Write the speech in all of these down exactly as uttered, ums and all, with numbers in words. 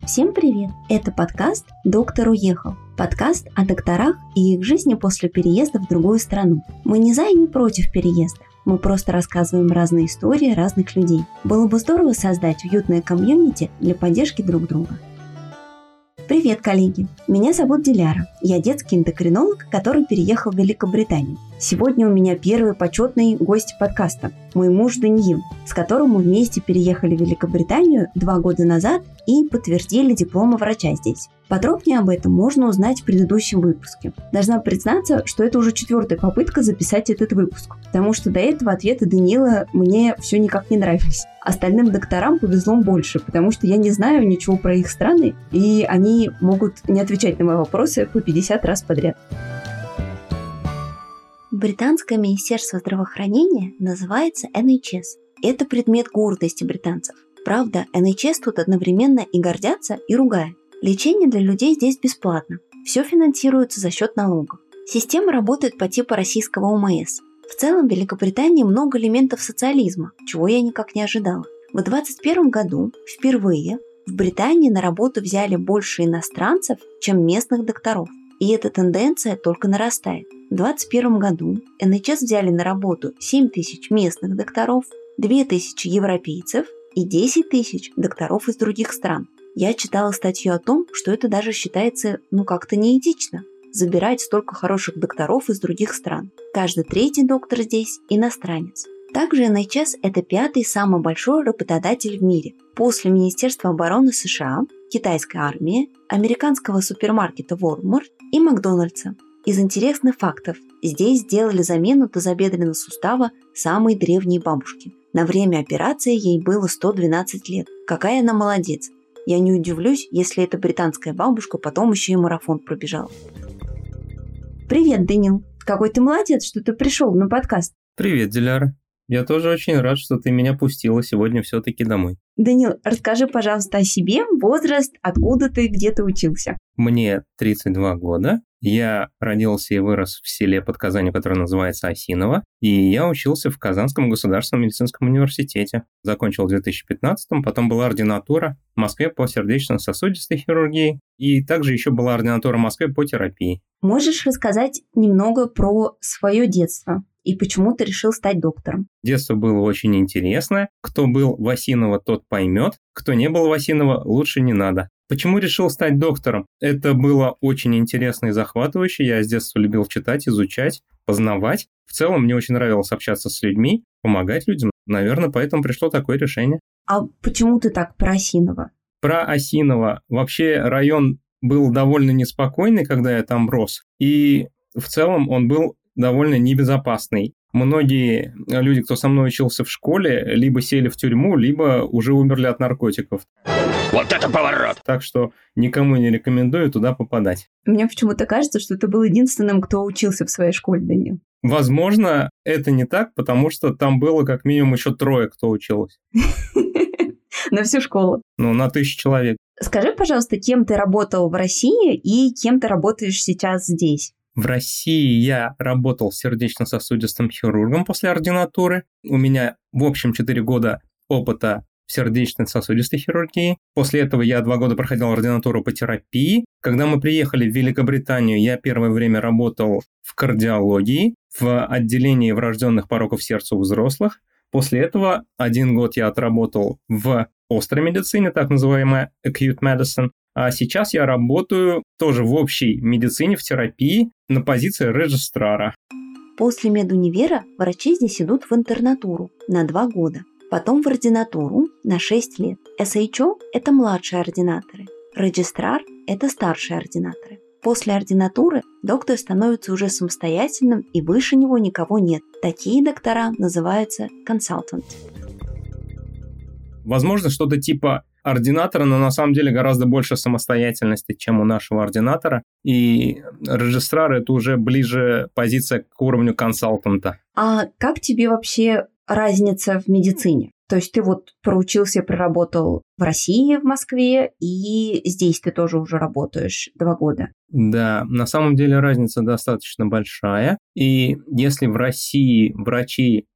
Всем привет! Это подкаст «Доктор уехал». Подкаст о докторах и их жизни после переезда в другую страну. Мы не за и не против переезда. Мы просто рассказываем разные истории разных людей. Было бы здорово создать уютное комьюнити для поддержки друг друга. Привет, коллеги! Меня зовут Диляра. Я детский эндокринолог, который переехал в Великобританию. Сегодня у меня первый почетный гость подкаста – мой муж Даниил, с которым мы вместе переехали в Великобританию два года назад и подтвердили диплом врача здесь. Подробнее об этом можно узнать в предыдущем выпуске. Должна признаться, что это уже четвертая попытка записать этот выпуск, потому что до этого ответы Даниила мне все никак не нравились. Остальным докторам повезло больше, потому что я не знаю ничего про их страны, и они могут не отвечать на мои вопросы по пятьдесят раз подряд. Британское министерство здравоохранения называется эн эйч эс. Это предмет гордости британцев. Правда, эн эйч эс тут одновременно и гордятся, и ругают. Лечение для людей здесь бесплатно. Все финансируется за счет налогов. Система работает по типу российского о эм эс. В целом в Великобритании много элементов социализма, чего я никак не ожидала. В двадцать первом году впервые в Британии на работу взяли больше иностранцев, чем местных докторов. И эта тенденция только нарастает. В двадцать первом году эн эйч эс взяли на работу семь тысяч местных докторов, две тысячи европейцев и десять тысяч докторов из других стран. Я читала статью о том, что это даже считается ну как-то неэтично – забирать столько хороших докторов из других стран. Каждый третий доктор здесь – иностранец. Также эн эйч эс – это пятый самый большой работодатель в мире. После Министерства обороны США, китайской армии, американского супермаркета Walmart и Макдональдса. Из интересных фактов, здесь сделали замену тазобедренного сустава самой древней бабушки. На время операции ей было сто двенадцать лет. Какая она молодец! Я не удивлюсь, если эта британская бабушка потом еще и марафон пробежала. Привет, Данил! Какой ты молодец, что ты пришел на подкаст. Привет, Диляра. Я тоже очень рад, что ты меня пустила сегодня все-таки домой. Данил, расскажи, пожалуйста, о себе, возраст, откуда ты, где ты учился. Мне тридцать два года. Я родился и вырос в селе под Казанью, которое называется Осиново. И я учился в Казанском государственном медицинском университете. Закончил в две тысячи пятнадцатом, потом была ординатура в Москве по сердечно-сосудистой хирургии. И также еще была ординатура в Москве по терапии. Можешь рассказать немного про свое детство? И почему ты решил стать доктором? Детство было очень интересное. Кто был в Осиново, тот поймет. Кто не был в Осиново, лучше не надо. Почему решил стать доктором? Это было очень интересно и захватывающе. Я с детства любил читать, изучать, познавать. В целом мне очень нравилось общаться с людьми, помогать людям. Наверное, поэтому пришло такое решение. А почему ты так про Осиново? Про Осиново. Вообще район был довольно неспокойный, когда я там рос. И в целом он был довольно небезопасный. Многие люди, кто со мной учился в школе, либо сели в тюрьму, либо уже умерли от наркотиков. Вот это поворот! Так что никому не рекомендую туда попадать. Мне почему-то кажется, что ты был единственным, кто учился в своей школе, Данил. Возможно, это не так, потому что там было как минимум еще трое, кто училось. На всю школу. Ну, на тысячу человек. Скажи, пожалуйста, кем ты работал в России и кем ты работаешь сейчас здесь? В России я работал сердечно-сосудистым хирургом после ординатуры. У меня, в общем, четыре года опыта в сердечно-сосудистой хирургии. После этого я два года проходил ординатуру по терапии. Когда мы приехали в Великобританию, я первое время работал в кардиологии, в отделении врожденных пороков сердца у взрослых. После этого один год я отработал в острой медицине, так называемая acute medicine. А сейчас я работаю тоже в общей медицине, в терапии, на позиции регистрара. После медунивера врачи здесь идут в интернатуру на два года, потом в ординатуру на шесть лет. эс эйч о – это младшие ординаторы, регистрар – это старшие ординаторы. После ординатуры доктор становится уже самостоятельным, и выше него никого нет. Такие доктора называются консалтант. Возможно, что-то типа ординатора, но на самом деле гораздо больше самостоятельности, чем у нашего ординатора. И регистрар – это уже ближе позиция к уровню консалтанта. А как тебе вообще разница в медицине? То есть ты вот проучился, проработал в России, в Москве, и здесь ты тоже уже работаешь два года. Да, на самом деле разница достаточно большая. И если в России врачи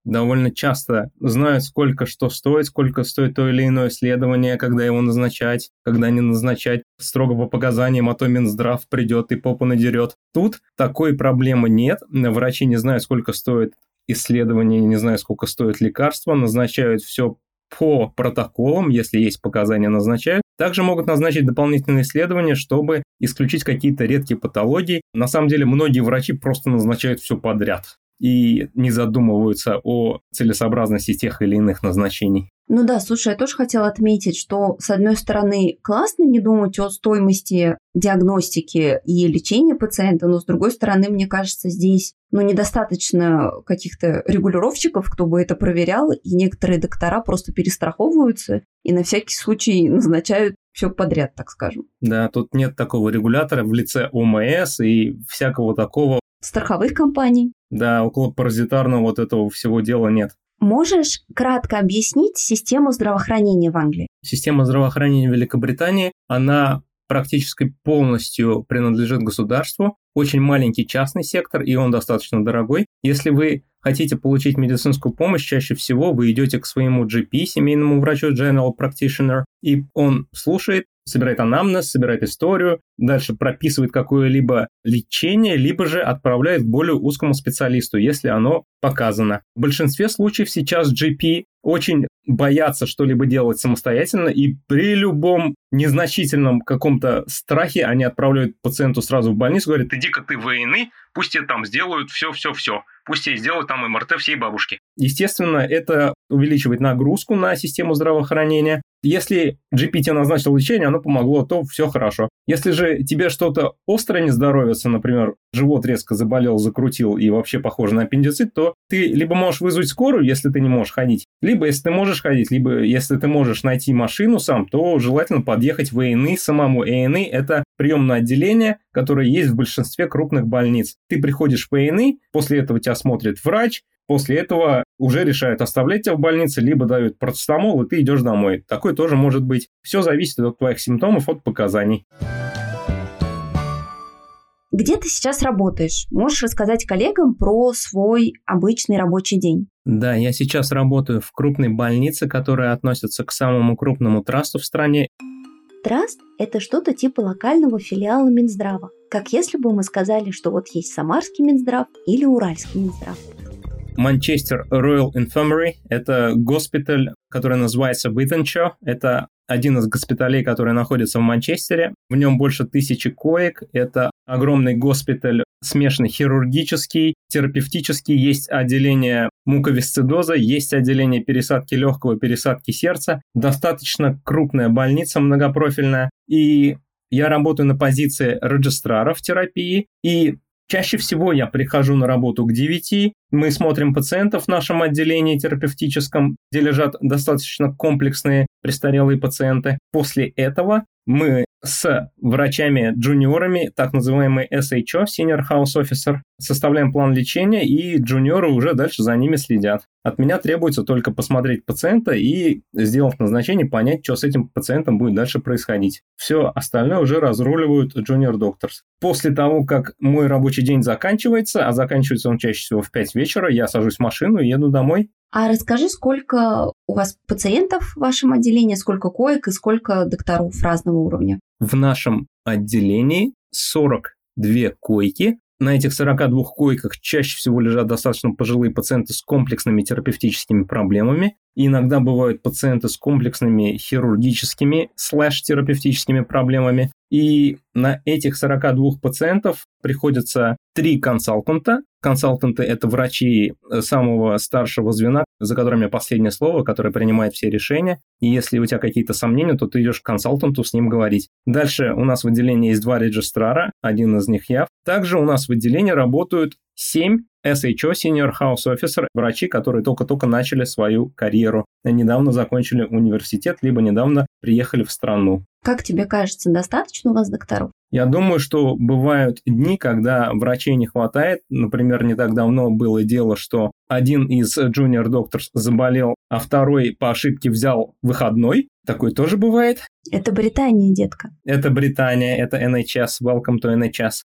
довольно часто знают, сколько что стоит, сколько стоит то или иное исследование, когда его назначать, когда не назначать, строго по показаниям, а то Минздрав придет и попу надерет. Тут такой проблемы нет, врачи не знают, сколько стоит исследование, не знают, сколько стоит лекарство, назначают все по протоколам, если есть показания, назначают. Также могут назначить дополнительные исследования, чтобы исключить какие-то редкие патологии. На самом деле, многие врачи просто назначают все подряд и не задумываются о целесообразности тех или иных назначений. Ну да, слушай, я тоже хотела отметить, что, с одной стороны, классно не думать о стоимости диагностики и лечения пациента, но, с другой стороны, мне кажется, здесь ну, недостаточно каких-то регулировщиков, кто бы это проверял, и некоторые доктора просто перестраховываются и на всякий случай назначают все подряд, так скажем. Да, тут нет такого регулятора в лице ОМС и всякого такого. Страховых компаний. Да, около паразитарного вот этого всего дела нет. Можешь кратко объяснить систему здравоохранения в Англии? Система здравоохранения в Великобритании, она практически полностью принадлежит государству. Очень маленький частный сектор, и он достаточно дорогой. Если вы хотите получить медицинскую помощь, чаще всего вы идете к своему джи пи, семейному врачу, General Practitioner, и он слушает, собирает анамнез, собирает историю, дальше прописывает какое-либо лечение, либо же отправляет к более узкому специалисту, если оно показано. В большинстве случаев сейчас джи пи очень боятся что-либо делать самостоятельно, и при любом незначительном каком-то страхе они отправляют пациенту сразу в больницу, говорят, иди-ка ты в АНИ, пусть тебе там сделают все-все-все, пусть тебе сделают там эм эр тэ всей бабушки. Естественно, это увеличивает нагрузку на систему здравоохранения. Если джи пи тебе назначил лечение, оно помогло, то все хорошо. Если же тебе что-то острое не здоровится, например, живот резко заболел, закрутил и вообще похоже на аппендицит, то ты либо можешь вызвать скорую, если ты не можешь ходить, либо если ты можешь ходить, либо если ты можешь найти машину сам, то желательно подъехать в АНИ самому. АНИ – это приемное отделение, которое есть в большинстве крупных больниц. Ты приходишь в АНИ, после этого тебя смотрит врач, после этого уже решают, оставлять тебя в больнице, либо дают парацетамол, и ты идешь домой. Такое тоже может быть. Все зависит от твоих симптомов, от показаний. Где ты сейчас работаешь? Можешь рассказать коллегам про свой обычный рабочий день? Да, я сейчас работаю в крупной больнице, которая относится к самому крупному трасту в стране. Траст – это что-то типа локального филиала Минздрава. Как если бы мы сказали, что вот есть Самарский Минздрав или Уральский Минздрав. Манчестер Royal Infirmary – это госпиталь, который называется Wythenshawe. Это один из госпиталей, который находится в Манчестере. В нем больше тысячи коек. Это огромный госпиталь, смешанный хирургический, терапевтический. Есть отделение муковисцидоза, есть отделение пересадки легкого, пересадки сердца. Достаточно крупная больница, многопрофильная. И я работаю на позиции регистрара в терапии. И чаще всего я прихожу на работу к девяти, мы смотрим пациентов в нашем отделении терапевтическом, где лежат достаточно комплексные престарелые пациенты. После этого мы с врачами-джуниорами, так называемый эс эйч о, Senior House Officer, составляем план лечения, и джуниоры уже дальше за ними следят. От меня требуется только посмотреть пациента и сделать назначение, понять, что с этим пациентом будет дальше происходить. Все остальное уже разруливают junior doctors. После того, как мой рабочий день заканчивается, а заканчивается он чаще всего в пять вечера, я сажусь в машину и еду домой. А расскажи, сколько у вас пациентов в вашем отделении, сколько коек и сколько докторов разного уровня? В нашем отделении сорок две койки. На этих сорока двух койках чаще всего лежат достаточно пожилые пациенты с комплексными терапевтическими проблемами. И иногда бывают пациенты с комплексными хирургическими слэш-терапевтическими проблемами. И на этих сорока двух пациентов приходится три консалтанта. Консалтанты – это врачи самого старшего звена, за которыми последнее слово, который принимает все решения. И если у тебя какие-то сомнения, то ты идешь к консалтанту с ним говорить. Дальше у нас в отделении есть два регистрара, один из них я. Также у нас в отделении работают семь эс эйч о, Senior House Officer, врачи, которые только-только начали свою карьеру, недавно закончили университет, либо недавно приехали в страну. Как тебе кажется, достаточно у вас докторов? Я думаю, что бывают дни, когда врачей не хватает. Например, не так давно было дело, что один из junior doctors заболел, а второй по ошибке взял выходной. Такое тоже бывает. Это Британия, детка. Это Британия, это эн эйч эс, welcome to эн эйч эс.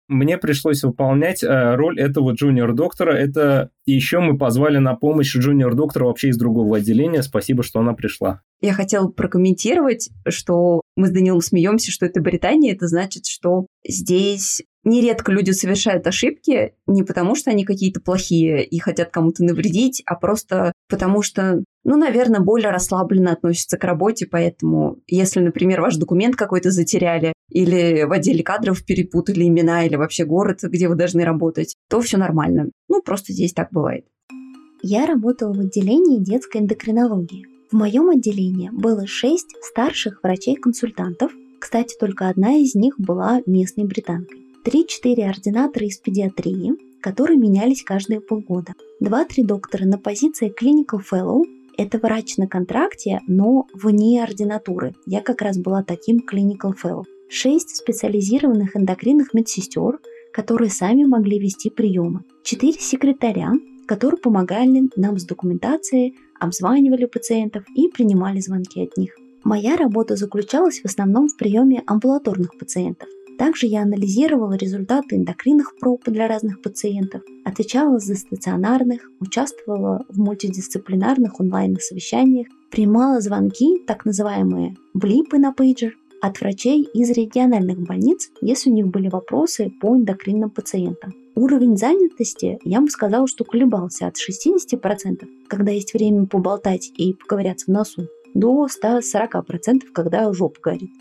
мне пришлось выполнять э, роль этого джуниор-доктора. Это еще мы позвали на помощь джуниор-доктора вообще из другого отделения. Спасибо, что она пришла. Я хотела прокомментировать, что мы с Данилом смеемся, что это Британия. Это значит, что здесь нередко люди совершают ошибки не потому, что они какие-то плохие и хотят кому-то навредить, а просто потому что, ну, наверное, более расслабленно относятся к работе. Поэтому, если, например, ваш документ какой-то затеряли или в отделе кадров перепутали имена или вообще город, где вы должны работать, то все нормально. Ну, просто здесь так бывает. Я работала в отделении детской эндокринологии. В моем отделении было шесть старших врачей-консультантов. Кстати, только одна из них была местной британкой. Три-четыре ординатора из педиатрии, которые менялись каждые полгода. Два-три доктора на позиции Clinical Fellow. Это врач на контракте, но вне ординатуры. Я как раз была таким Clinical Fellow. Шесть специализированных эндокринных медсестер, которые сами могли вести приемы. Четыре секретаря, которые помогали нам с документацией, обзванивали пациентов и принимали звонки от них. Моя работа заключалась в основном в приеме амбулаторных пациентов. Также я анализировала результаты эндокринных проб для разных пациентов, отвечала за стационарных, участвовала в мультидисциплинарных онлайн-совещаниях, принимала звонки, так называемые блипы на пейджер, от врачей из региональных больниц, если у них были вопросы по эндокринным пациентам. Уровень занятости, я бы сказала, что колебался от шестидесяти процентов, когда есть время поболтать и поковыряться в носу, до ста сорока процентов, когда жопа горит.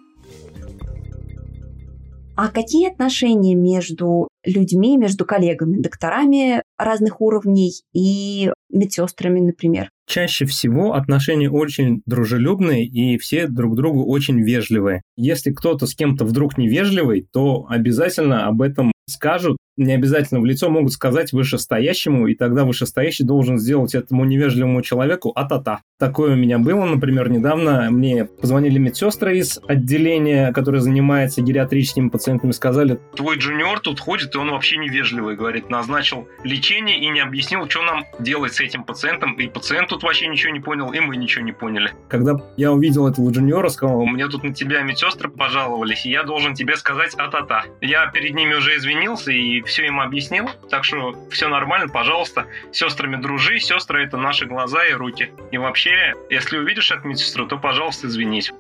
А какие отношения между людьми, между коллегами, докторами разных уровней и медсестрами, например? Чаще всего отношения очень дружелюбные и все друг другу очень вежливые. Если кто-то с кем-то вдруг невежливый, то обязательно об этом скажут. Не обязательно в лицо, могут сказать вышестоящему, и тогда вышестоящий должен сделать этому невежливому человеку а-та-та. Такое у меня было, например, недавно мне позвонили медсестры из отделения, которое занимается гериатрическими пациентами, сказали: твой джуниор тут ходит, и он вообще невежливый, говорит, назначил лечение и не объяснил, что нам делать с этим пациентом, и пациент тут вообще ничего не понял, и мы ничего не поняли. Когда я увидел этого джуниора, сказал: мне тут на тебя медсестры пожаловались, и я должен тебе сказать а-та-та. Я перед ними уже извинился и все им объяснил, так что все нормально, пожалуйста, с сестрами дружи, сестры — это наши глаза и руки. И вообще, если увидишь эту медсестру, то, пожалуйста, извинись.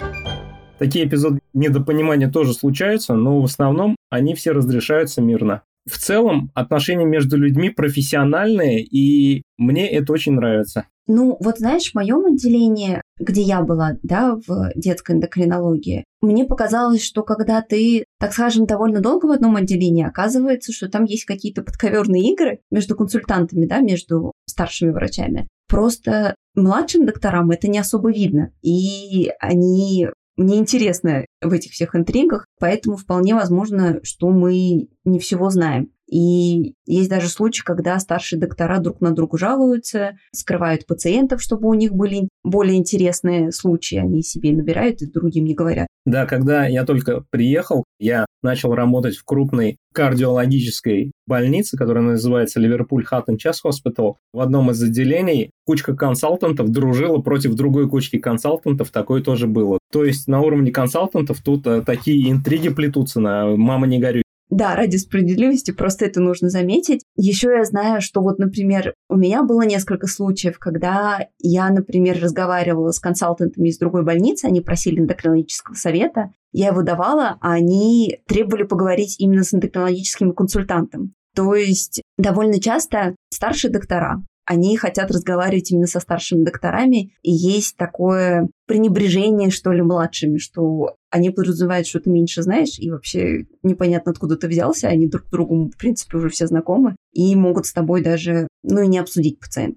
Такие эпизоды недопонимания тоже случаются, но в основном они все разрешаются мирно. В целом, отношения между людьми профессиональные, и мне это очень нравится. Ну, вот знаешь, в моем отделении, где я была, да, в детской эндокринологии, мне показалось, что когда ты, так скажем, довольно долго в одном отделении, оказывается, что там есть какие-то подковерные игры между консультантами, да, между старшими врачами. Просто младшим докторам это не особо видно, и они... Мне интересно в этих всех интригах, поэтому вполне возможно, что мы не всего знаем. И есть даже случаи, когда старшие доктора друг на друга жалуются, скрывают пациентов, чтобы у них были более интересные случаи. Они себе набирают и другим не говорят. Да, когда я только приехал, я начал работать в крупной кардиологической больнице, которая называется Liverpool Heart and Chest Hospital. В одном из отделений кучка консалтантов дружила против другой кучки консалтантов, такое тоже было. То есть на уровне консалтантов тут а, такие интриги плетутся, на «мама, не горюй». Да, ради справедливости просто это нужно заметить. Еще я знаю, что вот, например, у меня было несколько случаев, когда я, например, разговаривала с консалтантами из другой больницы, они просили эндокринологического совета, я его давала, а они требовали поговорить именно с эндокринологическим консультантом. То есть довольно часто старшие доктора, они хотят разговаривать именно со старшими докторами, и есть такое пренебрежение, что ли, младшими, что они подразумевают, что ты меньше знаешь, и вообще непонятно, откуда ты взялся, они друг другу, в принципе, уже все знакомы, и могут с тобой даже, ну, и не обсудить пациента.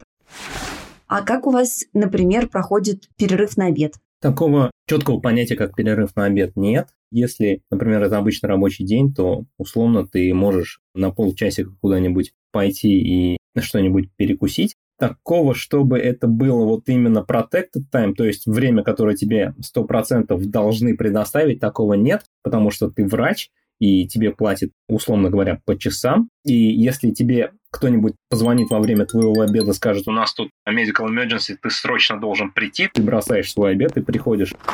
А как у вас, например, проходит перерыв на обед? Такого четкого понятия, как перерыв на обед, нет. Если, например, это обычный рабочий день, то условно ты можешь на полчасика куда-нибудь пойти и что-нибудь перекусить. Такого, чтобы это было вот именно protected time, то есть время, которое тебе сто процентов должны предоставить, такого нет, потому что ты врач, и тебе платят, условно говоря, по часам. И если тебе кто-нибудь позвонит во время твоего обеда, скажет: у нас тут medical emergency, ты срочно должен прийти, ты бросаешь свой обед и приходишь.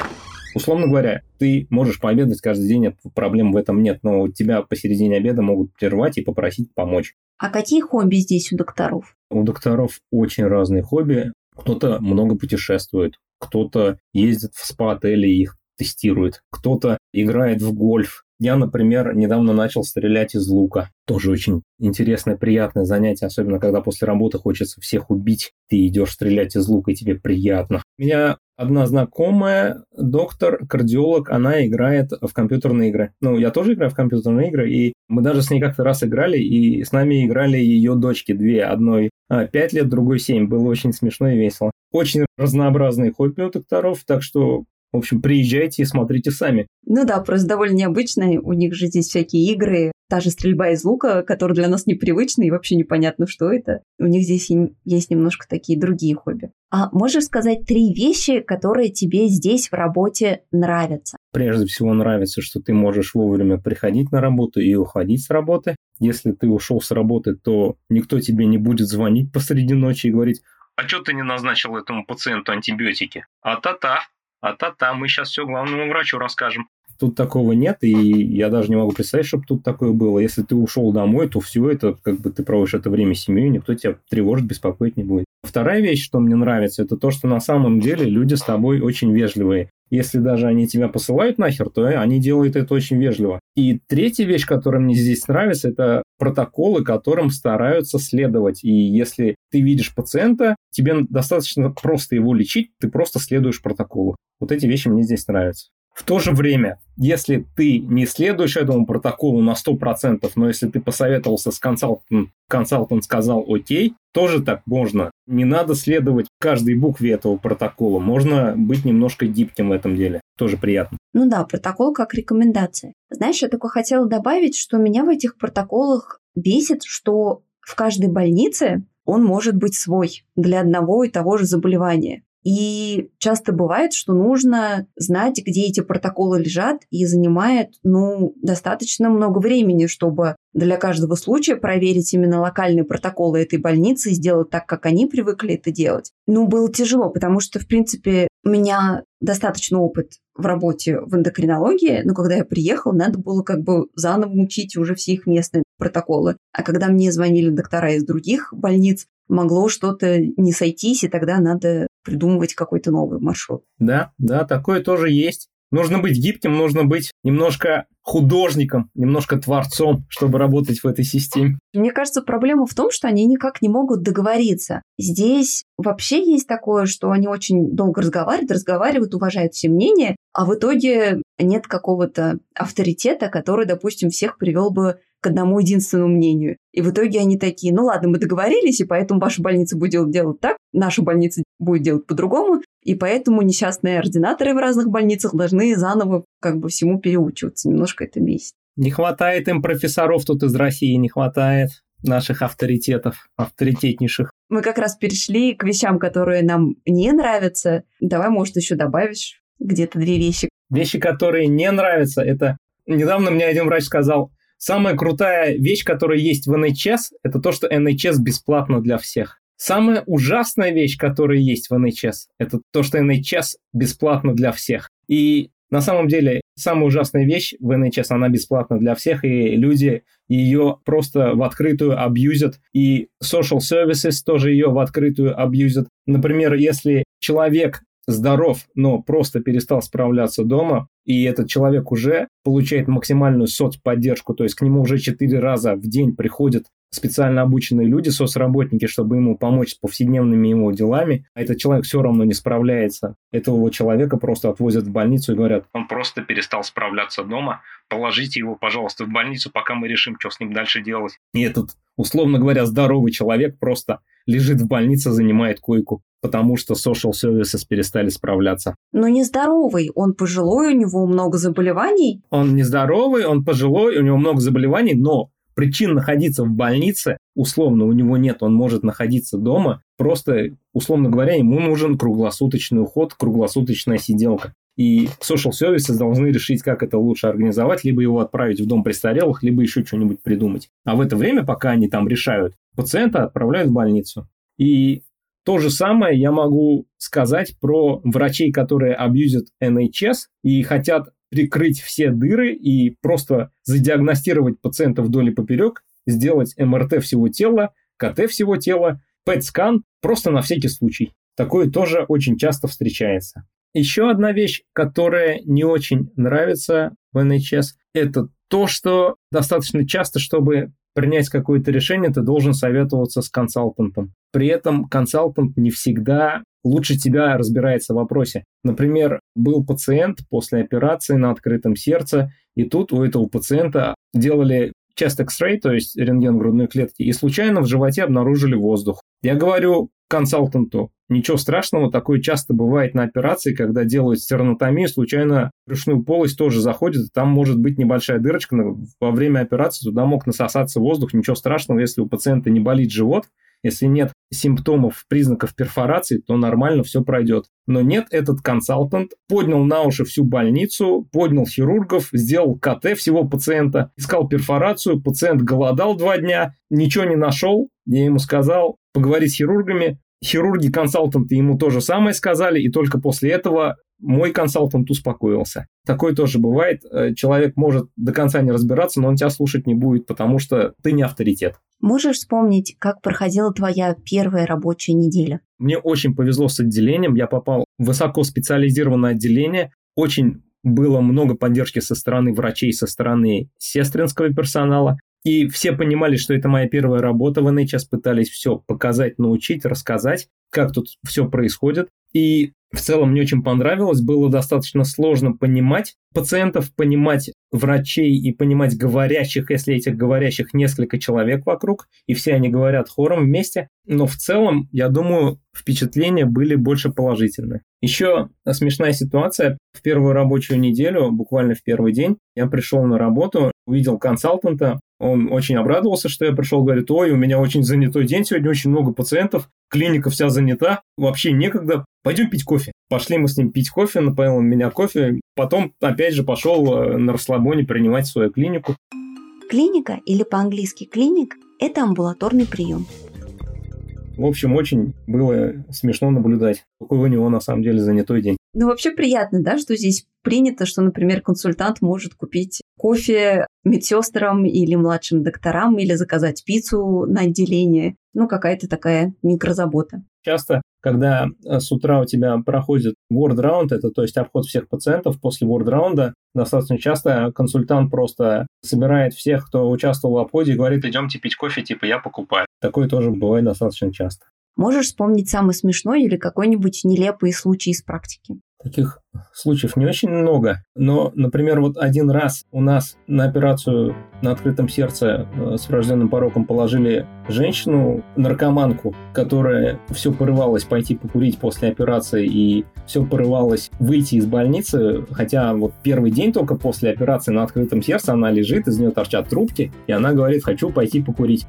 Условно говоря, ты можешь пообедать каждый день, проблем в этом нет, но тебя посередине обеда могут прервать и попросить помочь. А какие хобби здесь у докторов? У докторов очень разные хобби. Кто-то много путешествует, кто-то ездит в спа-отели и их тестирует, кто-то играет в гольф. Я, например, недавно начал стрелять из лука. Тоже очень интересное, приятное занятие, особенно когда после работы хочется всех убить. Ты идешь стрелять из лука, и тебе приятно. У меня одна знакомая, доктор, кардиолог, она играет в компьютерные игры. Ну, я тоже играю в компьютерные игры, и мы даже с ней как-то раз играли, и с нами играли ее дочки, две, одной пять лет, другой семь. Было очень смешно и весело. Очень разнообразные хобби у докторов, так что... В общем, приезжайте и смотрите сами. Ну да, просто довольно необычно. У них же здесь всякие игры, та же стрельба из лука, которая для нас непривычна и вообще непонятно, что это. У них здесь есть немножко такие другие хобби. А можешь сказать три вещи, которые тебе здесь в работе нравятся? Прежде всего нравится, что ты можешь вовремя приходить на работу и уходить с работы. Если ты ушел с работы, то никто тебе не будет звонить посреди ночи и говорить: «А что ты не назначил этому пациенту антибиотики?» А-та-та. А-та-та, мы сейчас все главному врачу расскажем. Тут такого нет, и я даже не могу представить, чтобы тут такое было. Если ты ушел домой, то все это, как бы ты проводишь это время с семьей, никто тебя тревожить, беспокоить не будет. Вторая вещь, что мне нравится, это то, что на самом деле люди с тобой очень вежливые. Если даже они тебя посылают нахер, то они делают это очень вежливо. И третья вещь, которая мне здесь нравится, это протоколы, которым стараются следовать. И если ты видишь пациента, тебе достаточно просто его лечить, ты просто следуешь протоколу. Вот эти вещи мне здесь нравятся. В то же время, если ты не следуешь этому протоколу на сто процентов, но если ты посоветовался с консалтантом, консалтант сказал окей, тоже так можно. Не надо следовать каждой букве этого протокола. Можно быть немножко гибким в этом деле. Тоже приятно. Ну да, протокол как рекомендация. Знаешь, я только хотела добавить, что меня в этих протоколах бесит, что в каждой больнице он может быть свой для одного и того же заболевания. И часто бывает, что нужно знать, где эти протоколы лежат, и занимает, ну, достаточно много времени, чтобы для каждого случая проверить именно локальные протоколы этой больницы и сделать так, как они привыкли это делать. Ну, было тяжело, потому что, в принципе, у меня достаточно опыт в работе в эндокринологии, но когда я приехала, надо было как бы заново учить уже все их местные протоколы. А когда мне звонили доктора из других больниц, могло что-то не сойтись, и тогда надо придумывать какой-то новый маршрут. Да, да, такое тоже есть. Нужно быть гибким, нужно быть немножко художником, немножко творцом, чтобы работать в этой системе. Мне кажется, проблема в том, что они никак не могут договориться. Здесь вообще есть такое, что они очень долго разговаривают, разговаривают, уважают все мнения, а в итоге нет какого-то авторитета, который, допустим, всех привел бы к одному единственному мнению. И в итоге они такие: ну ладно, мы договорились, и поэтому ваша больница будет делать так, наша больница будет делать по-другому, и поэтому несчастные ординаторы в разных больницах должны заново как бы всему переучиваться. Немножко это бесит. Не хватает им профессоров тут из России, не хватает наших авторитетов, авторитетнейших. Мы как раз перешли к вещам, которые нам не нравятся. Давай, может, еще добавишь где-то две вещи. Вещи, которые не нравятся, это... Недавно мне один врач сказал: самая крутая вещь, которая есть в эн эйч эс, это то, что эн эйч эс бесплатно для всех. Самая ужасная вещь, которая есть в эн эйч эс, это то, что эн эйч эс бесплатно для всех. И на самом деле самая ужасная вещь в эн эйч эс, она бесплатна для всех, и люди ее просто в открытую абьюзят, и social services тоже ее в открытую абьюзят. Например, если человек здоров, но просто перестал справляться дома, и этот человек уже получает максимальную соцподдержку, то есть к нему уже четыре раза в день приходят специально обученные люди, соцработники, чтобы ему помочь с повседневными его делами, а этот человек все равно не справляется. Этого человека просто отвозят в больницу и говорят: он просто перестал справляться дома, положите его, пожалуйста, в больницу, пока мы решим, что с ним дальше делать. И этот, условно говоря, здоровый человек просто лежит в больнице, занимает койку, потому что social services перестали справляться. Но нездоровый, он пожилой, у него много заболеваний. Он нездоровый, он пожилой, у него много заболеваний, но причин находиться в больнице, условно, у него нет, он может находиться дома, просто, условно говоря, ему нужен круглосуточный уход, круглосуточная сиделка. И social services должны решить, как это лучше организовать, либо его отправить в дом престарелых, либо еще что-нибудь придумать. А в это время, пока они там решают, пациента отправляют в больницу. И То же самое я могу сказать про врачей, которые абьюзят эн эйч эс и хотят прикрыть все дыры и просто задиагностировать пациента вдоль и поперек, сделать эм эр тэ всего тела, ка тэ всего тела, пэт-скан, просто на всякий случай. Такое тоже очень часто встречается. Еще одна вещь, которая не очень нравится в эн эйч эс, это то, что достаточно часто, чтобы принять какое-то решение, ты должен советоваться с консалтантом. При этом консалтант не всегда лучше тебя разбирается в вопросе. Например, был пациент после операции на открытом сердце, и тут у этого пациента делали chest X-ray, то есть рентген грудной клетки, и случайно в животе обнаружили воздух. Я говорю консалтанту, ничего страшного, такое часто бывает на операции, когда делают стернотомию, случайно брюшную полость тоже заходит, и там может быть небольшая дырочка, во время операции туда мог насосаться воздух, ничего страшного, если у пациента не болит живот, если нет симптомов, признаков перфорации, то нормально все пройдет. Но нет, этот консалтант поднял на уши всю больницу, поднял хирургов, сделал ка тэ всего пациента, искал перфорацию, пациент голодал два дня, ничего не нашел. Я ему сказал поговорить с хирургами. Хирурги-консалтанты ему то же самое сказали, и только после этого мой консалтант успокоился. Такое тоже бывает. Человек может до конца не разбираться, но он тебя слушать не будет, потому что ты не авторитет. Можешь вспомнить, как проходила твоя первая рабочая неделя? Мне очень повезло с отделением. Я попал в высокоспециализированное отделение. Очень было много поддержки со стороны врачей, со стороны сестринского персонала. И все понимали, что это моя первая работа в эн эйч эс, пытались все показать, научить, рассказать, как тут все происходит. И в целом мне очень понравилось, было достаточно сложно понимать пациентов, понимать врачей и понимать говорящих, если этих говорящих несколько человек вокруг, и все они говорят хором вместе. Но в целом, я думаю, впечатления были больше положительные. Еще смешная ситуация. В первую рабочую неделю, буквально в первый день, я пришел на работу, увидел консалтанта. Он очень обрадовался, что я пришел, говорит, ой, у меня очень занятой день, сегодня очень много пациентов, клиника вся занята, вообще некогда, пойдем пить кофе. Пошли мы с ним пить кофе, напоил он меня кофе, потом опять же пошел на расслабоне принимать свою клинику. Клиника, или по-английски клиник, это амбулаторный прием. В общем, очень было смешно наблюдать, какой у него на самом деле занятой день. Ну, вообще приятно, да, что здесь принято, что, например, консультант может купить кофе медсестрам или младшим докторам, или заказать пиццу на отделение. Ну, какая-то такая микрозабота. Часто, когда с утра у тебя проходит word round, это то есть обход всех пациентов, после word раунда достаточно часто консультант просто собирает всех, кто участвовал в обходе, и говорит, идемте пить кофе, типа я покупаю. Такое тоже бывает достаточно часто. Можешь вспомнить самый смешной или какой-нибудь нелепый случай из практики? Таких случаев не очень много, но, например, вот один раз у нас на операцию на открытом сердце с врожденным пороком положили женщину, наркоманку, которая все порывалась пойти покурить после операции и все порывалась выйти из больницы, хотя вот первый день только после операции на открытом сердце она лежит, из нее торчат трубки, и она говорит, хочу пойти покурить.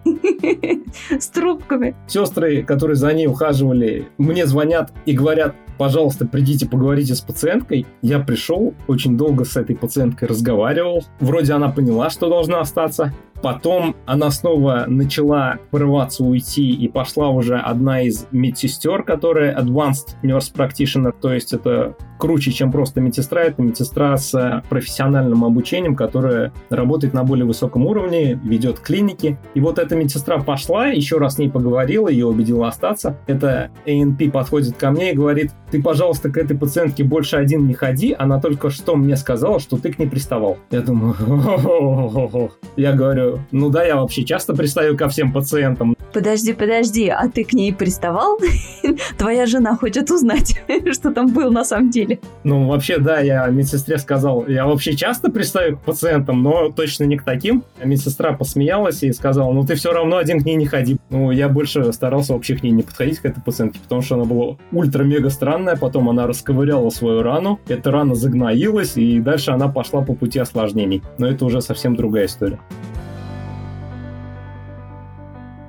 С трубками. Сестры, которые за ней ухаживали, мне звонят и говорят, пожалуйста, придите поговорите с пациенткой. Я пришел, очень долго с этой пациенткой разговаривал. Вроде она поняла, что должна остаться. Потом она снова начала порываться уйти, и пошла уже одна из медсестер, которая Advanced Nurse Practitioner, то есть это круче, чем просто медсестра, это медсестра с профессиональным обучением, которая работает на более высоком уровне, ведет клиники. И вот эта медсестра пошла, еще раз с ней поговорила, ее убедила остаться. Это эй эн пи подходит ко мне и говорит, ты, пожалуйста, к этой пациентке больше один не ходи, она только что мне сказала, что ты к ней приставал. Я думаю, хо-хо-хо-хо. Я говорю, ну да, я вообще часто пристаю ко всем пациентам. Подожди, подожди, а ты к ней приставал? Твоя жена хочет узнать, что там было на самом деле. Ну, вообще, да, я медсестре сказал, я вообще часто пристаю к пациентам, но точно не к таким. Медсестра посмеялась и сказала, ну ты все равно один к ней не ходи. Ну, я больше старался вообще к ней не подходить, к этой пациентке, потому что она была ультра-мега странная, потом она расковыряла свою рану, эта рана загноилась, и дальше она пошла по пути осложнений. Но это уже совсем другая история.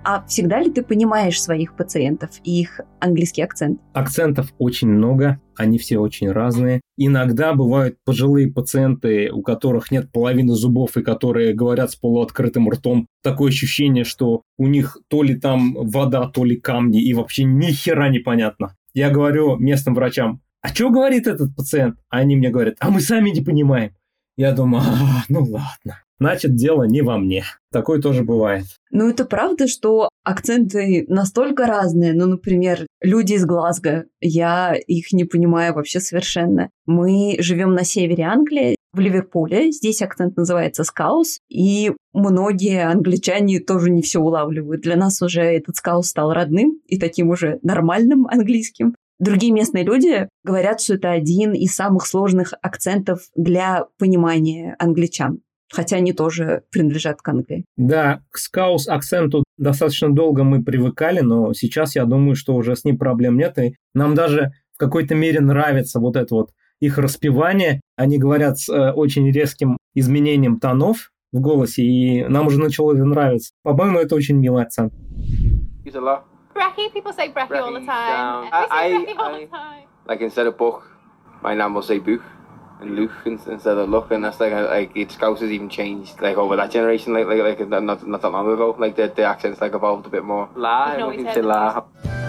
А всегда ли ты понимаешь своих пациентов и их английский акцент? Акцентов очень много, они все очень разные. Иногда бывают пожилые пациенты, у которых нет половины зубов и которые говорят с полуоткрытым ртом. Такое ощущение, что у них то ли там вода, то ли камни, и вообще ни хера непонятно. Я говорю местным врачам: а что говорит этот пациент? А они мне говорят: а мы сами не понимаем. Я думаю: а, ну ладно. Значит, дело не во мне. Такое тоже бывает. Ну, это правда, что акценты настолько разные. Ну, например, люди из Глазго. Я их не понимаю вообще совершенно. Мы живем на севере Англии, в Ливерпуле. Здесь акцент называется скаус. И многие англичане тоже не все улавливают. Для нас уже этот скаус стал родным и таким уже нормальным английским. Другие местные люди говорят, что это один из самых сложных акцентов для понимания англичан. Хотя они тоже принадлежат к Англии. Да, к скаус-акценту достаточно долго мы привыкали, но сейчас я думаю, что уже с ним проблем нет. И нам даже в какой-то мере нравится вот это вот их распевание. Они говорят с э, очень резким изменением тонов в голосе, и нам уже начало это нравиться. По-моему, это очень милый акцент. Brekkie, people say brekkie all the time. Um, We say I, brekkie all I, the time. like instead of book, my nan will say book and luch instead of look, and that's like like its Scouse has even changed like over that generation, like like like not not that long ago. Like the the accents like evolved a bit more. La, You know, I we say said la.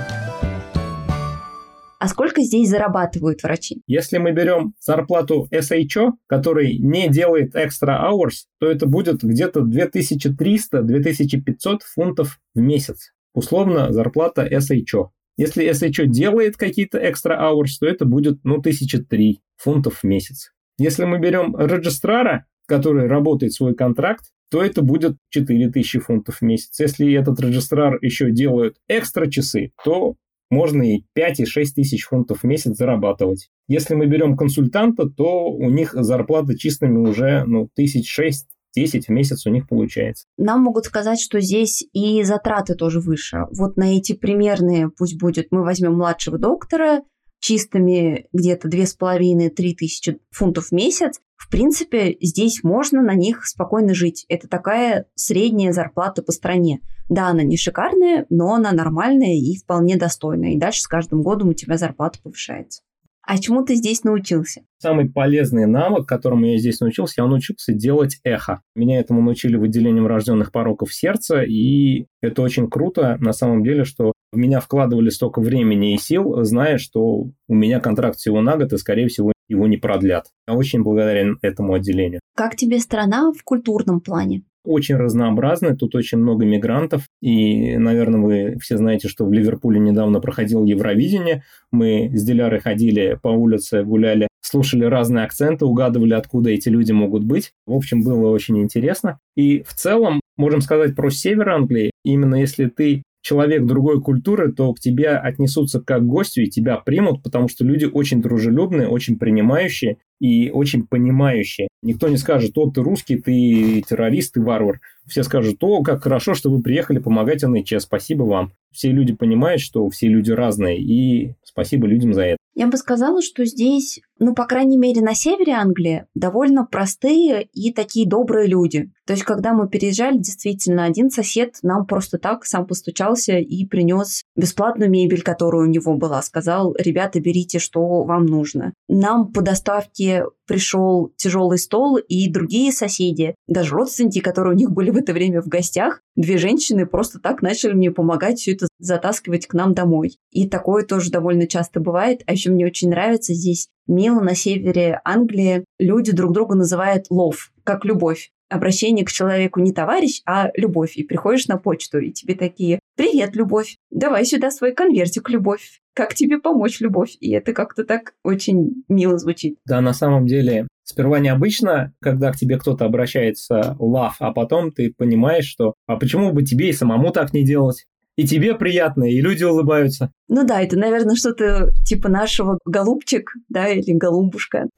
А сколько здесь зарабатывают врачи? Если мы берем зарплату эс эйч о, который не делает extra hours, то это будет где-то две тысячи триста - две тысячи пятьсот фунтов в месяц. Условно, зарплата эс эйч о. Если эс эйч о делает какие-то extra hours, то это будет, ну, тысяча три фунтов в месяц. Если мы берем регистрара, который работает свой контракт, то это будет четыре тысячи фунтов в месяц. Если этот регистрар еще делает экстра часы, то можно и пять и шесть тысяч фунтов в месяц зарабатывать. Если мы берем консультанта, то у них зарплата чистыми уже, ну, тысяч шесть-десять в месяц у них получается. Нам могут сказать, что здесь и затраты тоже выше. Вот на эти примерные, пусть будет, мы возьмем младшего доктора, чистыми где-то две с половиной-три тысячи фунтов в месяц. В принципе, здесь можно на них спокойно жить. Это такая средняя зарплата по стране. Да, она не шикарная, но она нормальная и вполне достойная. И дальше с каждым годом у тебя зарплата повышается. А чему ты здесь научился? Самый полезный навык, которому я здесь научился, я научился делать эхо. Меня этому научили в отделении врожденных пороков сердца, и это очень круто на самом деле, что в меня вкладывали столько времени и сил, зная, что у меня контракт всего на год, и, скорее всего, его не продлят. Я очень благодарен этому отделению. Как тебе страна в культурном плане? Очень разнообразны, тут очень много мигрантов, и, наверное, вы все знаете, что в Ливерпуле недавно проходило Евровидение, мы с Дилярой ходили по улице, гуляли, слушали разные акценты, угадывали, откуда эти люди могут быть. В общем, было очень интересно. И в целом, можем сказать про север Англии, именно если ты человек другой культуры, то к тебе отнесутся как к гостю и тебя примут, потому что люди очень дружелюбные, очень принимающие и очень понимающие. Никто не скажет: о, ты русский, ты террорист, ты варвар. Все скажут: о, как хорошо, что вы приехали помогать эн эйч эс, спасибо вам. Все люди понимают, что все люди разные, и спасибо людям за это. Я бы сказала, что здесь, ну, по крайней мере, на севере Англии довольно простые и такие добрые люди. То есть, когда мы переезжали, действительно, один сосед нам просто так сам постучался и принес бесплатную мебель, которая у него была. Сказал: ребята, берите, что вам нужно. Нам по доставке пришел тяжелый стол, и другие соседи, даже родственники, которые у них были в это время в гостях, две женщины просто так начали мне помогать все это затаскивать к нам домой. И такое тоже довольно часто бывает. А еще мне очень нравится здесь мило на севере Англии. Люди друг друга называют love, как любовь. Обращение к человеку не товарищ, а любовь. И приходишь на почту, и тебе такие: привет, любовь, давай сюда свой конвертик, любовь. Как тебе помочь, любовь? И это как-то так очень мило звучит. Да, на самом деле, сперва необычно, когда к тебе кто-то обращается love, а потом ты понимаешь, что а почему бы тебе и самому так не делать? И тебе приятно, и люди улыбаются. Ну да, это, наверное, что-то типа нашего голубчик, да, или голубушка.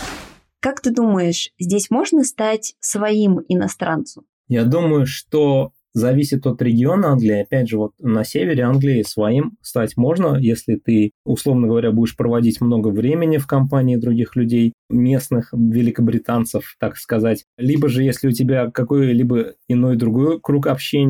Как ты думаешь, здесь можно стать своим иностранцем? Я думаю, что зависит от региона Англии. Опять же, вот на севере Англии своим стать можно, если ты, условно говоря, будешь проводить много времени в компании других людей, местных великобританцев, так сказать. Либо же, если у тебя какой-либо иной другой круг общения,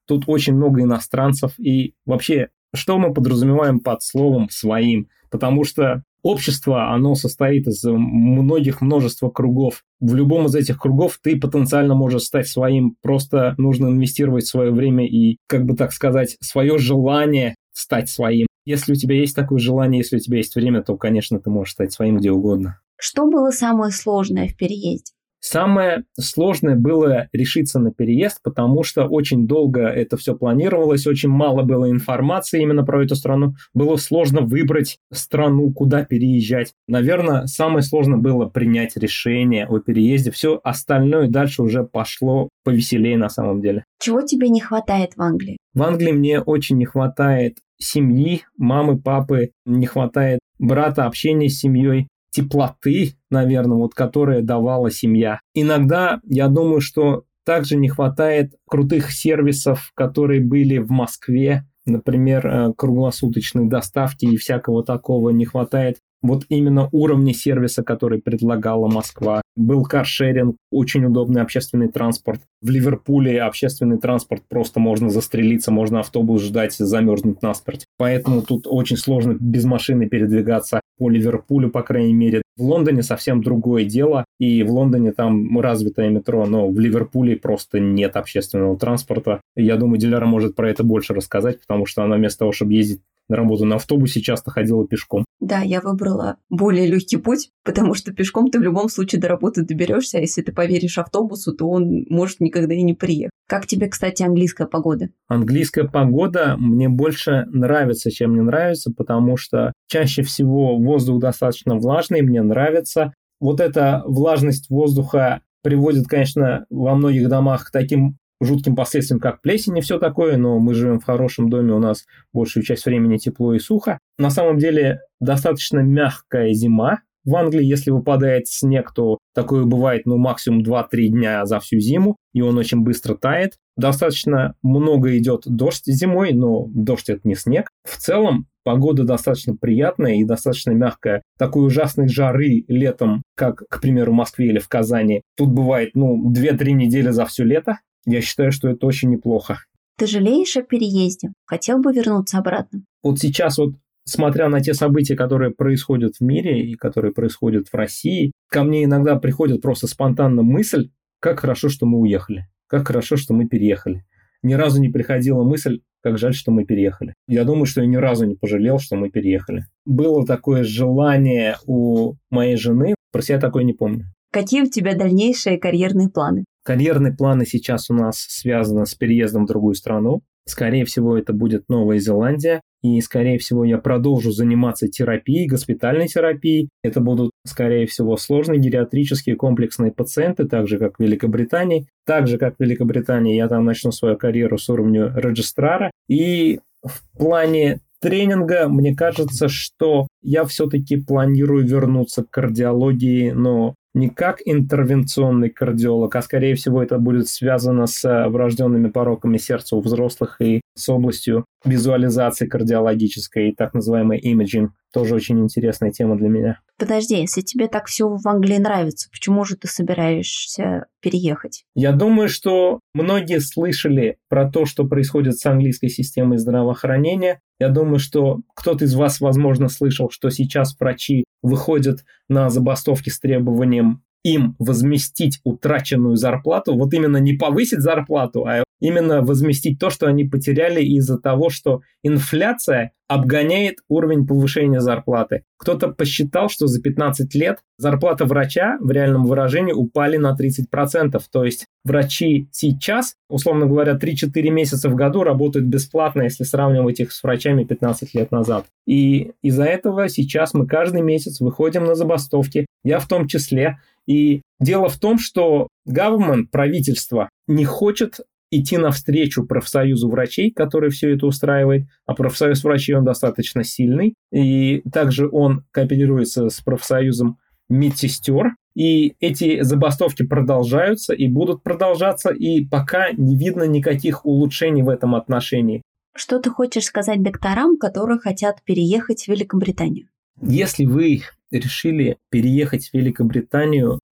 тут очень много иностранцев. И вообще, что мы подразумеваем под словом «своим»? Потому что общество, оно состоит из многих множества кругов. В любом из этих кругов ты потенциально можешь стать своим. Просто нужно инвестировать свое время и, как бы так сказать, свое желание стать своим. Если у тебя есть такое желание, если у тебя есть время, то, конечно, ты можешь стать своим где угодно. Что было самое сложное в переезде? Самое сложное было решиться на переезд, потому что очень долго это все планировалось, очень мало было информации именно про эту страну. Было сложно выбрать страну, куда переезжать. Наверное, самое сложное было принять решение о переезде. Все остальное дальше уже пошло повеселее на самом деле. Чего тебе не хватает в Англии? В Англии мне очень не хватает семьи, мамы, папы, не хватает брата, общения с семьей. Теплоты, наверное, вот, которая давала семья. Иногда, я думаю, что также не хватает крутых сервисов, которые были в Москве, например, круглосуточной доставки и всякого такого не хватает. Вот именно уровня сервиса, который предлагала Москва. Был каршеринг, очень удобный общественный транспорт. В Ливерпуле общественный транспорт просто можно застрелиться, можно автобус ждать, замерзнуть насмерть. Поэтому тут очень сложно без машины передвигаться по Ливерпулю, по крайней мере. В Лондоне совсем другое дело, и в Лондоне там развитое метро, но в Ливерпуле просто нет общественного транспорта. Я думаю, Диляра может про это больше рассказать, потому что она вместо того, чтобы ездить на работу на автобусе, часто ходила пешком. Да, я выбрала более легкий путь, потому что пешком ты в любом случае до работы доберешься, а если ты поверишь автобусу, то он может никогда и не приехать. Как тебе, кстати, английская погода? Английская погода мне больше нравится, чем не нравится, потому что чаще всего воздух достаточно влажный, мне нравится. Вот эта влажность воздуха приводит, конечно, во многих домах к таким жутким последствиям, как плесень и все такое, но мы живем в хорошем доме, у нас большую часть времени тепло и сухо. На самом деле достаточно мягкая зима в Англии. Если выпадает снег, то такое бывает ну, максимум два-три дня за всю зиму, и он очень быстро тает. Достаточно много идет дождь зимой, но дождь – это не снег. В целом погода достаточно приятная и достаточно мягкая. Такой ужасной жары летом, как, к примеру, в Москве или в Казани, тут бывает ну, две-три недели за все лето. Я считаю, что это очень неплохо. Ты жалеешь о переезде? Хотел бы вернуться обратно? Вот сейчас вот, смотря на те события, которые происходят в мире и которые происходят в России, ко мне иногда приходит просто спонтанно мысль, как хорошо, что мы уехали, как хорошо, что мы переехали. Ни разу не приходила мысль, как жаль, что мы переехали. Я думаю, что я ни разу не пожалел, что мы переехали. Было такое желание у моей жены, про себя такое не помню. Какие у тебя дальнейшие карьерные планы? Карьерные планы сейчас у нас связаны с переездом в другую страну. Скорее всего, это будет Новая Зеландия. И, скорее всего, я продолжу заниматься терапией, госпитальной терапией. Это будут, скорее всего, сложные гериатрические комплексные пациенты, так же, как в Великобритании. Так же, как в Великобритании, я там начну свою карьеру с уровня регистрара. И в плане тренинга, мне кажется, что я все-таки планирую вернуться к кардиологии, но не как интервенционный кардиолог, а скорее всего это будет связано с врожденными пороками сердца у взрослых и с областью визуализации кардиологической, так называемый имиджинг. Тоже очень интересная тема для меня. Подожди, если тебе так все в Англии нравится, почему же ты собираешься переехать? Я думаю, что многие слышали про то, что происходит с английской системой здравоохранения. Я думаю, что кто-то из вас, возможно, слышал, что сейчас врачи выходят на забастовки с требованием им возместить утраченную зарплату, вот именно не повысить зарплату, а именно возместить то, что они потеряли из-за того, что инфляция обгоняет уровень повышения зарплаты. Кто-то посчитал, что за пятнадцать лет зарплата врача в реальном выражении упали на тридцать процентов. То есть врачи сейчас, условно говоря, три-четыре месяца в году работают бесплатно, если сравнивать их с врачами пятнадцать лет назад. И из-за этого сейчас мы каждый месяц выходим на забастовки, я в том числе. И дело в том, что government, правительство, не хочет идти навстречу профсоюзу врачей, который все это устраивает, а профсоюз врачей, он достаточно сильный, и также он кооперируется с профсоюзом медсестер, и эти забастовки продолжаются и будут продолжаться, и пока не видно никаких улучшений в этом отношении. Что ты хочешь сказать докторам, которые хотят переехать в Великобританию? Если вы решили переехать в Великобританию,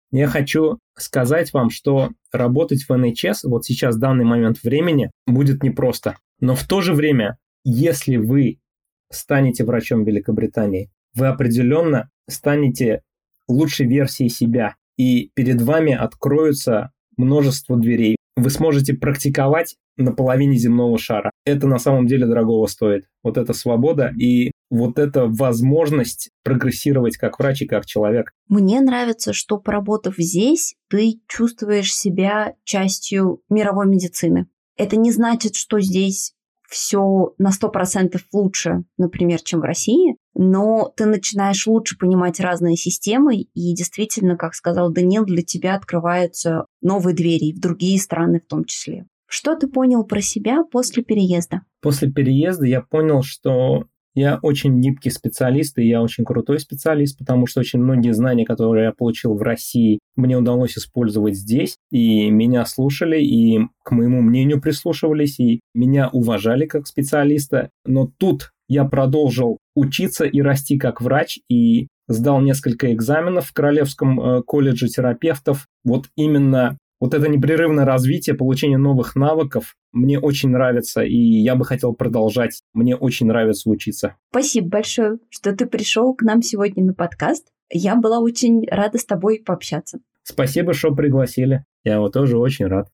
Я хочу сказать вам, что работать в эн эйч эс вот сейчас, в данный момент времени, будет непросто. Но в то же время, если вы станете врачом Великобритании, вы определенно станете лучшей версией себя, и перед вами откроются множество дверей. Вы сможете практиковать на половине земного шара. Это на самом деле дорогого стоит. Вот эта свобода и вот эта возможность прогрессировать как врач и как человек. Мне нравится, что, поработав здесь, ты чувствуешь себя частью мировой медицины. Это не значит, что здесь все на сто процентов лучше, например, чем в России, но ты начинаешь лучше понимать разные системы, и действительно, как сказал Даниил, для тебя открываются новые двери в другие страны в том числе. Что ты понял про себя после переезда? После переезда я понял, что я очень гибкий специалист, и я очень крутой специалист, потому что очень многие знания, которые я получил в России, мне удалось использовать здесь, и меня слушали, и к моему мнению прислушивались, и меня уважали как специалиста. Но тут я продолжил учиться и расти как врач, и сдал несколько экзаменов в Королевском колледже терапевтов. Вот именно вот это непрерывное развитие, получение новых навыков мне очень нравится, и я бы хотел продолжать. Мне очень нравится учиться. Спасибо большое, что ты пришел к нам сегодня на подкаст. Я была очень рада с тобой пообщаться. Спасибо, что пригласили. Я вот тоже очень рад.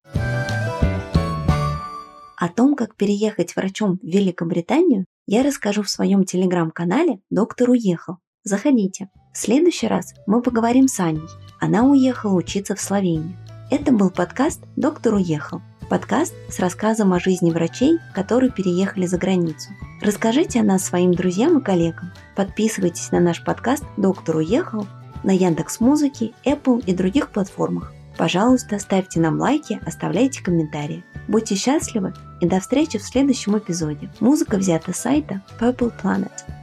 О том, как переехать врачом в Великобританию, я расскажу в своем телеграм-канале «Доктор уехал». Заходите. В следующий раз мы поговорим с Аней. Она уехала учиться в Словению. Это был подкаст «Доктор уехал». Подкаст с рассказом о жизни врачей, которые переехали за границу. Расскажите о нас своим друзьям и коллегам. Подписывайтесь на наш подкаст «Доктор уехал» на Яндекс.Музыке, Apple и других платформах. Пожалуйста, ставьте нам лайки, оставляйте комментарии. Будьте счастливы и до встречи в следующем эпизоде. Музыка взята с сайта Purple Planet.